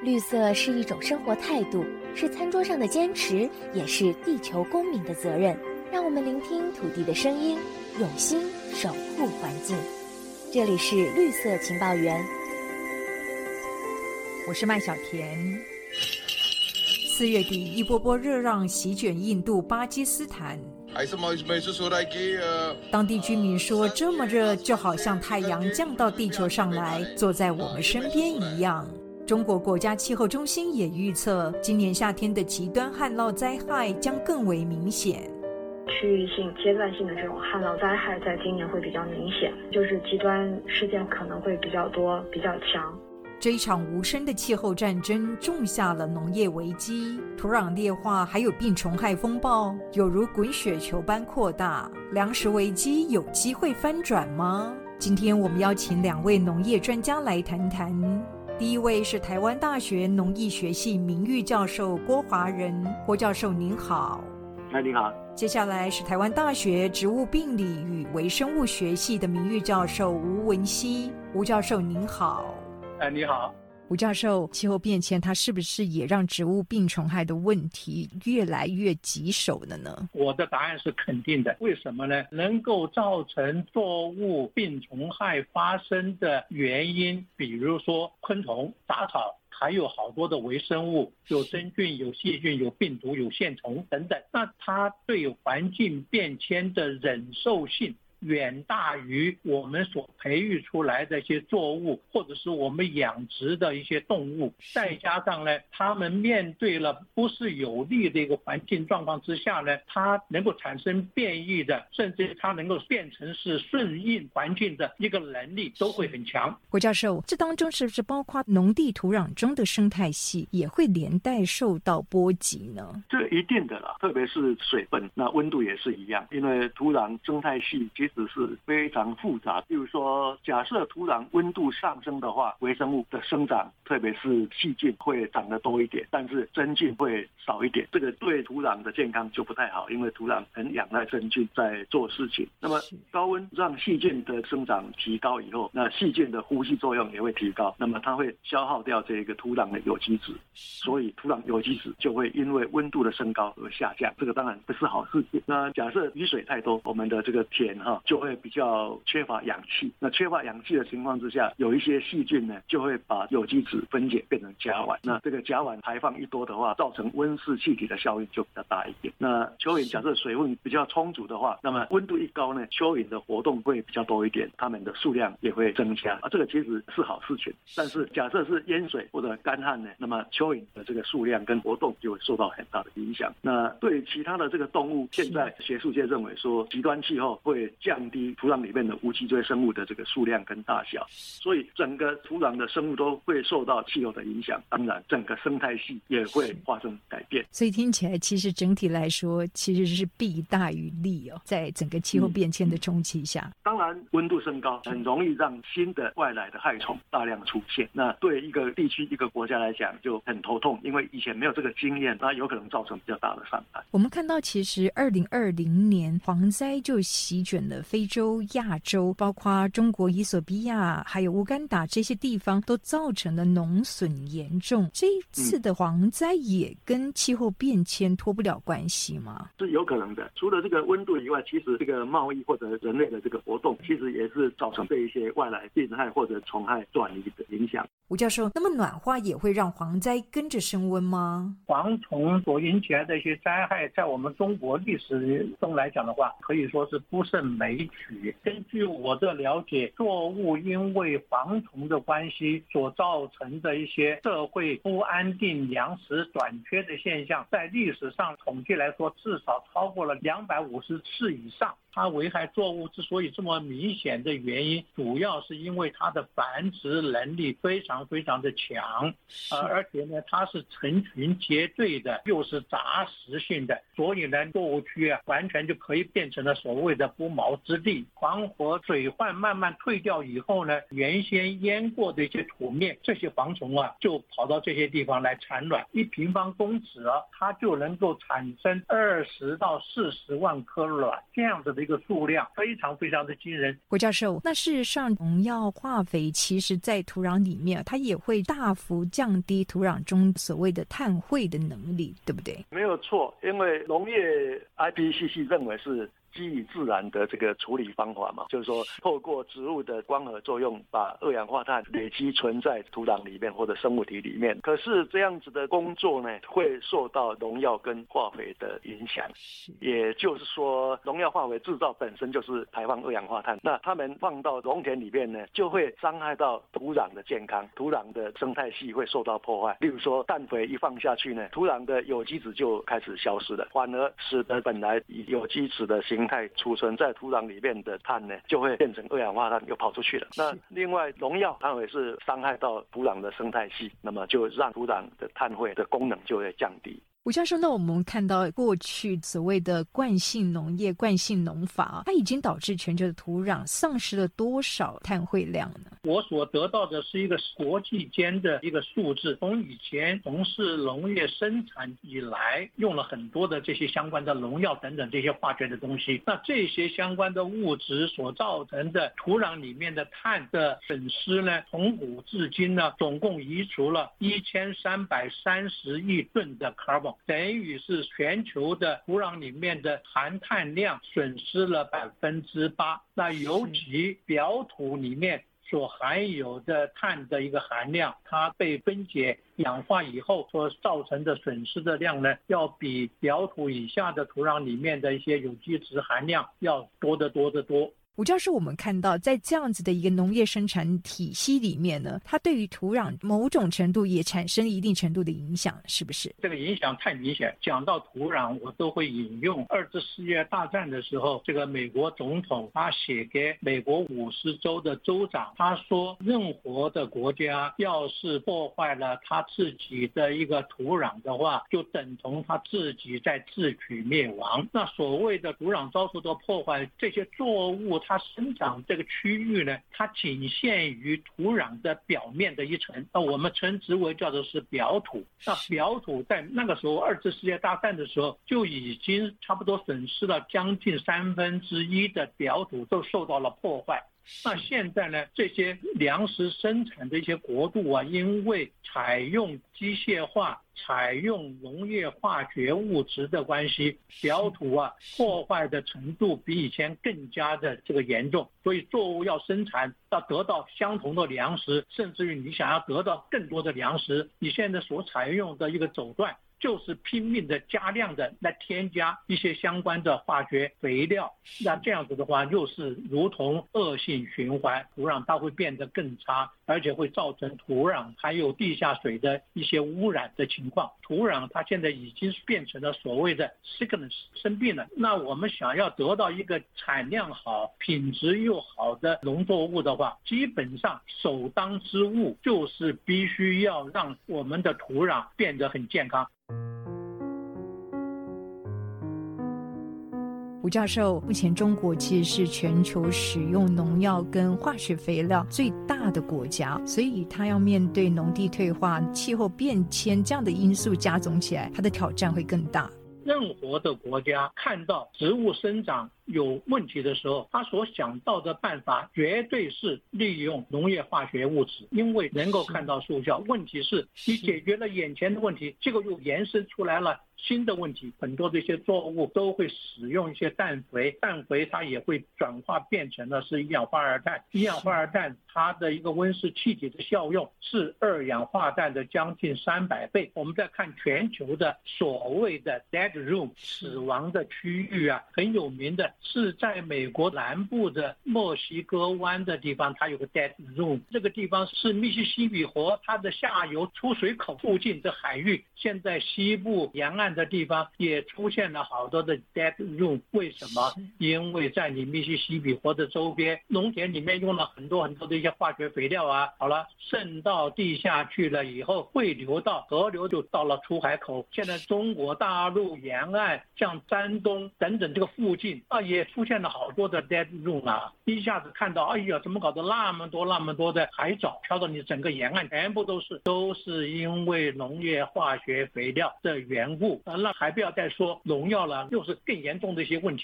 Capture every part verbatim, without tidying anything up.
绿色是一种生活态度，是餐桌上的坚持，也是地球公民的责任。让我们聆听土地的声音，用心守护环境。这里是绿色情报员， 我是麦小甜。四月底，一波波热浪席卷印度、巴基斯坦。当地居民说，这么热就好像太阳降到地球上来，坐在我们身边一样。中国国家气候中心也预测，今年夏天的极端旱涝灾害将更为明显。 区域性、阶段性的这种旱涝灾害在今年会比较明显，就是极端事件可能会比较多、比较强。 这一场无声的气候战争种下了农业危机，土壤劣化还有病虫害风暴有如滚雪球般扩大，粮食危机有机会翻转吗？今天我们邀请两位农业专家来谈谈。第一位是台湾大学农艺学系名誉教授郭华仁，郭教授您好。 哎，你好。 接下来是台湾大学植物病理与微生物学系的名誉教授吴文熙，吴教授您好。 哎，你好。 吴教授，气候变迁它是不是也让植物病虫害的问题越来越棘手了呢？ 我的答案是肯定的。为什么呢？能够造成作物病虫害发生的原因，比如说昆虫、杂草，还有好多的微生物，有真菌、有细菌、有病毒、有线虫等等。那它对环境变迁的忍受性远大于我们所培育出来的一些作物，或者是我们养殖的一些动物。再加上呢，他们面对了不是有利的一个环境状况之下呢，它能够产生变异的，甚至它能够变成是顺应环境的一个能力都会很强。 郭教授，这当中是不是包括农地土壤中的生态系也会连带受到波及呢？ 这一定的啦，特别是水分，那温度也是一样，因为土壤生态系其实是非常复杂。比如说，假设土壤温度上升的话，微生物的生长，特别是细菌会长得多一点，但是真菌会少一点，这个对土壤的健康就不太好，因为土壤很仰赖真菌在做事情。那么高温让细菌的生长提高以后，那细菌的呼吸作用也会提高，那么它会消耗掉这个土壤的有机质，所以土壤有机质就会因为温度的升高而下降，这个当然不是好事情。那假设雨水太多，我们的这个田哈就会比较缺乏氧气，那缺乏氧气的情况之下，有一些细菌呢就会把有机质分解变成甲烷，那这个甲烷排放一多的话，造成温室气体的效应就比较大一点。那蚯蚓假设水分比较充足的话，那么温度一高呢，蚯蚓的活动会比较多一点，它们的数量也会增加啊，这个其实是好事情。但是假设是淹水或者干旱呢，那么蚯蚓的这个数量跟活动就会受到很大的影响。那对其他的这个动物，现在学术界认为说，极端气候会降低土壤里面的无脊椎生物的这个数量跟大小，所以整个土壤的生物都会受到气候的影响，当然整个生态系也会发生改变。 所以听起来其实整体来说其实是弊大于利哦，在整个气候变迁的冲击下、嗯、 当然温度升高很容易让新的外来的害虫大量出现，那对一个地区一个国家来讲就很头痛，因为以前没有这个经验，那有可能造成比较大的伤害。 我们看到其实二零二零年蝗灾就席卷了非洲、亚洲，包括中国伊索比亚还有乌干达这些地方都造成了农损严重。这一次的蝗灾也跟气候变迁脱不了关系吗？ 是有可能的。除了这个温度以外，其实这个贸易或者人类的这个活动其实也是造成对一些外来病害或者虫害转移的影响。 吴教授，那么暖化也会让蝗灾跟着升温吗？ 蝗虫所引起来的一些灾害，在我们中国历史中来讲的话，可以说是不胜枚举。根据我的了解，作物因为蝗虫的关系所造成的一些社会不安定、粮食短缺的现象，在历史上统计来说，至少超过了两百五十次以上。它危害作物之所以这么明显的原因，主要是因为它的繁殖能力非常非常的强，呃，而且呢，它是成群结队的，又是杂食性的，所以呢，作物区啊，完全就可以变成了所谓的不毛之地。黄河水患慢慢退掉以后呢，原先淹过的一些土面，这些蝗虫啊，就跑到这些地方来产卵，一平方公尺啊，它就能够产生二十到四十万颗卵，这样子的一个数量非常非常的惊人。 郭教授，那事实上农药化肥其实在土壤里面它也会大幅降低土壤中所谓的碳汇的能力，对不对？ 没有错，因为农业 I P C C 认为是基于自然的这个处理方法嘛，就是说透过植物的光合作用，把二氧化碳累积存在土壤里面或者生物体里面。可是这样子的工作呢，会受到农药跟化肥的影响。也就是说，农药化肥制造本身就是排放二氧化碳，那它们放到农田里面呢，就会伤害到土壤的健康，土壤的生态系会受到破坏。例如说，氮肥一放下去呢，土壤的有机质就开始消失了，反而使得本来有机质的形态储存在土壤里面的碳呢，就会变成二氧化碳又跑出去了。那另外农药它也是伤害到土壤的生态系，那么就让土壤的碳汇的功能就会降低。 吴教授，那我们看到过去所谓的惯性农业、惯性农法，它已经导致全球的土壤丧失了多少碳汇量呢？ 我所得到的是一个国际间的一个数字，从以前从事农业生产以来，用了很多的这些相关的农药等等这些化学的东西，那这些相关的物质所造成的土壤里面的碳的损失呢，从古至今呢，总共移除了一千三百三十亿吨的 carbon。等于是全球的土壤里面的含碳量损失了百分之八。那尤其表土里面所含有的碳的一个含量，它被分解氧化以后所造成的损失的量呢，要比表土以下的土壤里面的一些有机质含量要多得多得多。 吴教授，我们看到在这样子的一个农业生产体系里面呢，它对于土壤某种程度也产生一定程度的影响，是不是？ 这个影响太明显。讲到土壤，我都会引用二次世界大战的时候，这个美国总统他写给美国五十州的州长，他说任何的国家要是破坏了他自己的一个土壤的话，就等同他自己在自取灭亡。那所谓的土壤遭受到破坏，这些作物它生长这个区域呢，它仅限于土壤的表面的一层，那我们称之为叫做是表土。那表土在那个时候二次世界大战的时候就已经差不多损失了将近三分之一的表土都受到了破坏。那现在呢，这些粮食生产的一些国度啊，因为采用机械化、采用农业化学物质的关系，表土啊破坏的程度比以前更加的这个严重。所以作物要生产，要得到相同的粮食，甚至于你想要得到更多的粮食，你现在所采用的一个手段就是拼命的加量的来添加一些相关的化学肥料，那这样子的话又是如同恶性循环，土壤它会变得更差，而且会造成土壤还有地下水的一些污染的情况。土壤它现在已经变成了所谓的 sickness 生病了。那我们想要得到一个产量好、品质又好的农作物的话，基本上首当之务就是必须要让我们的土壤变得很健康。 吴教授，目前中国其实是全球使用农药跟化学肥料最大的国家，所以它要面对农地退化、气候变迁这样的因素加总起来，它的挑战会更大。 任何的国家看到植物生长有问题的时候，他所想到的办法绝对是利用农业化学物质，因为能够看到速效。问题是你解决了眼前的问题，这个又延伸出来了新的问题。很多这些作物都会使用一些氮肥，氮肥它也会转化变成了是一氧化二碳，一氧化二碳它的一个温室气体的效用是二氧化氮的将近三百倍。我们再看全球的所谓的 dead zone 死亡的区域啊，很有名的是在美国南部的墨西哥湾的地方，它有个 dead zone， 这个地方是密西西比河它的下游出水口附近的海域，现在西部沿岸的地方也出现了好多的 dead zone。 为什么？因为在你密西西比河的周边，农田里面用了很多很多的一些化学肥料啊，好了，渗到地下去了以后，会流到河流，就到了出海口。现在中国大陆沿岸像山东等等这个附近啊，也出现了好多的 dead zone 啊，一下子看到，哎呀，怎么搞得那么多那么多的海藻飘到你整个沿岸，全部都是都是因为农业化学肥料的缘故啊。那还不要再说农药了，又是更严重的一些问题了。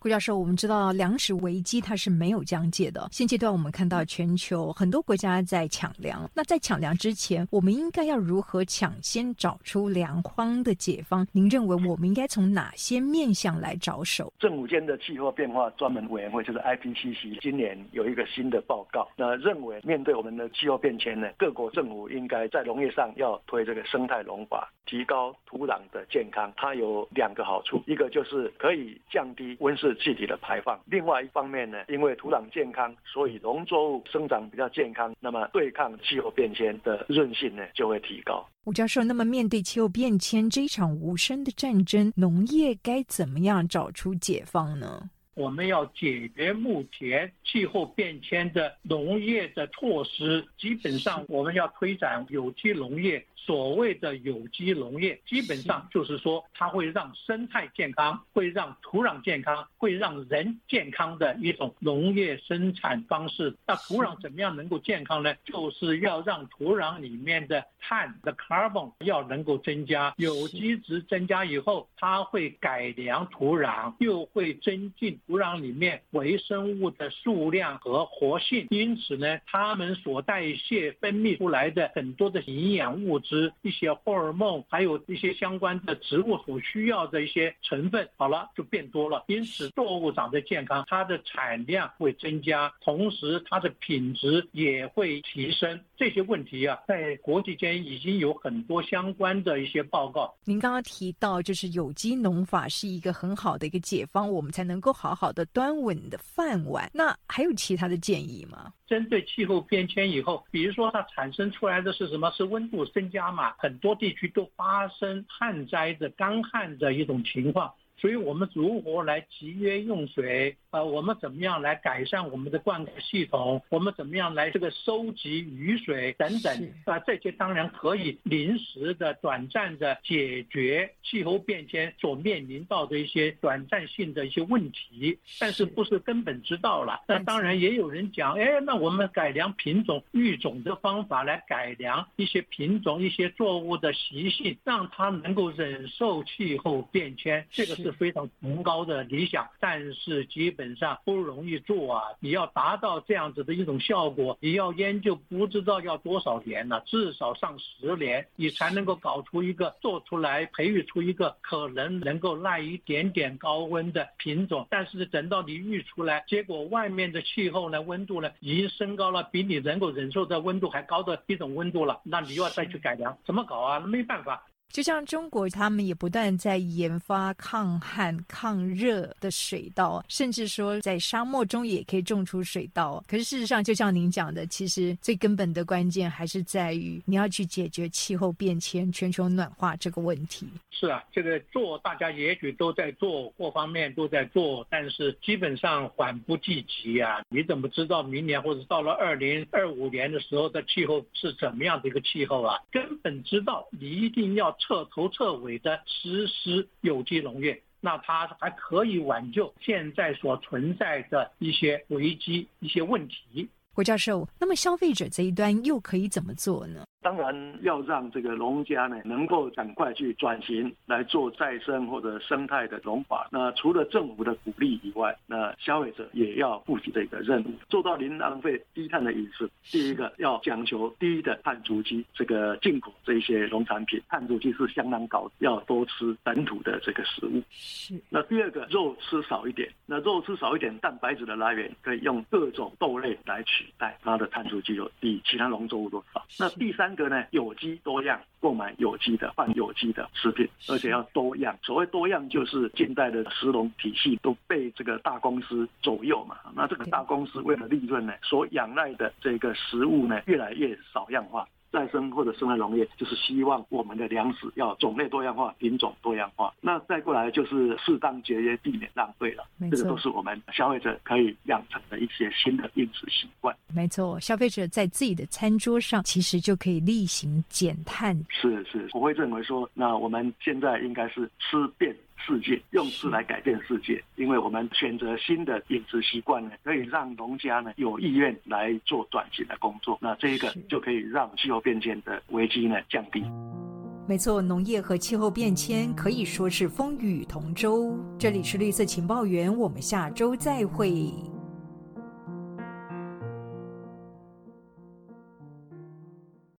顾教授，我们知道粮食危机它是没有疆界的。现阶段我们看到全球很多国家在抢粮，那在抢粮之前，我们应该要如何抢先找出粮荒的解方？您认为我们应该从哪些面向来着手？ 政府间的气候变化专门委员会就是 I P C C， 今年有一个新的报告，那认为面对我们的气候变迁呢，各国政府应该在农业上要推这个生态农法，提高土壤的健康。它有两个好处，一个就是可以降低温室气体的排放，另外一方面呢，因为土壤健康，所以农作物生长比较健康，那么对抗气候变迁的韧性呢就会提高。 吴教授，那么面对气候变迁这一场无声的战争，农业该怎么样找出解放呢？ 我们要解决目前气候变迁的农业的措施，基本上我们要推展有机农业。所谓的有机农业基本上就是说它会让生态健康，会让土壤健康，会让人健康的一种农业生产方式。那土壤怎么样能够健康呢？就是要让土壤里面的碳的 carbon 要能够增加，有机质增加以后，它会改良土壤，又会增进土壤里面微生物的数量和活性，因此呢，它们所代谢分泌出来的很多的营养物质，一些荷尔蒙，还有一些相关的植物所需要的一些成分，好了就变多了，因此作物长得健康，它的产量会增加，同时它的品质也会提升。这些问题啊，在国际间已经有很多相关的一些报告。 您刚刚提到就是有机农法是一个很好的一个解方，我们才能够好好的端稳的饭碗，那还有其他的建议吗？ 针对气候变迁以后，比如说它产生出来的是什么？是温度增加嘛，很多地区都发生旱灾的干旱的一种情况，所以我们如何来节约用水？呃，我们怎么样来改善我们的灌溉系统？我们怎么样来这个收集雨水等等？啊、呃，这些当然可以临时的、短暂的解决气候变迁所面临到的一些短暂性的一些问题，但是不是根本之道了。那当然也有人讲，哎，那我们改良品种、育种的方法来改良一些品种、一些作物的习性，让它能够忍受气候变迁，这个是非常崇高的理想，但是基本本上不容易做啊！你要达到这样子的一种效果，你要研究不知道要多少年了，至少上十年，你才能够搞出一个做出来，培育出一个可能能够耐一点点高温的品种。但是等到你育出来，结果外面的气候呢，温度呢已经升高了，比你能够忍受的温度还高的一种温度了，那你又要再去改良，怎么搞啊？没办法。 就像中国他们也不断在研发抗旱抗热的水稻，甚至说在沙漠中也可以种出水稻。可是事实上就像您讲的，其实最根本的关键还是在于你要去解决气候变迁、全球暖化这个问题。 是啊，这个做大家也许都在做，各方面都在做，但是基本上缓不济急啊。你怎么知道明年或者到了二零二五年的时候的气候是怎么样的一个气候啊？根本知道你一定要彻头彻尾的实施有机农业，那它还可以挽救现在所存在的一些危机、一些问题。 郭教授，那么消费者这一端又可以怎么做呢？ 当然要让这个农家呢能够赶快去转型来做再生或者生态的农法。那除了政府的鼓励以外，那消费者也要负起这个任务，做到零浪费、低碳的饮食。第一个要讲求低的碳足迹，这个进口这一些农产品碳足迹是相当高，要多吃本土的这个食物。 是。 那第二个肉吃少一点，那肉吃少一点，蛋白质的来源可以用各种豆类来取代，它的碳足迹有比其他农作物都少。那第三个呢，有机多样，购买有机的换有机的食品，而且要多样。所谓多样，就是近代的食农体系都被这个大公司左右嘛。那这个大公司为了利润呢，所仰赖的这个食物呢，越来越少样化。再生或者生态农业就是希望我们的粮食要种类多样化、品种多样化。那再过来就是适当节约，避免浪费了。这个都是我们消费者可以养成的一些新的饮食习惯。 没错，消费者在自己的餐桌上其实就可以例行减碳。 是是，我会认为说，那我们现在应该是吃遍世界，用吃来改变世界。因为我们选择新的饮食习惯呢，可以让农家呢有意愿来做转型的工作。那这一个就可以让气候变迁的危机呢降低。 没错，农业和气候变迁可以说是风雨同舟。这里是绿色情报员，我们下周再会。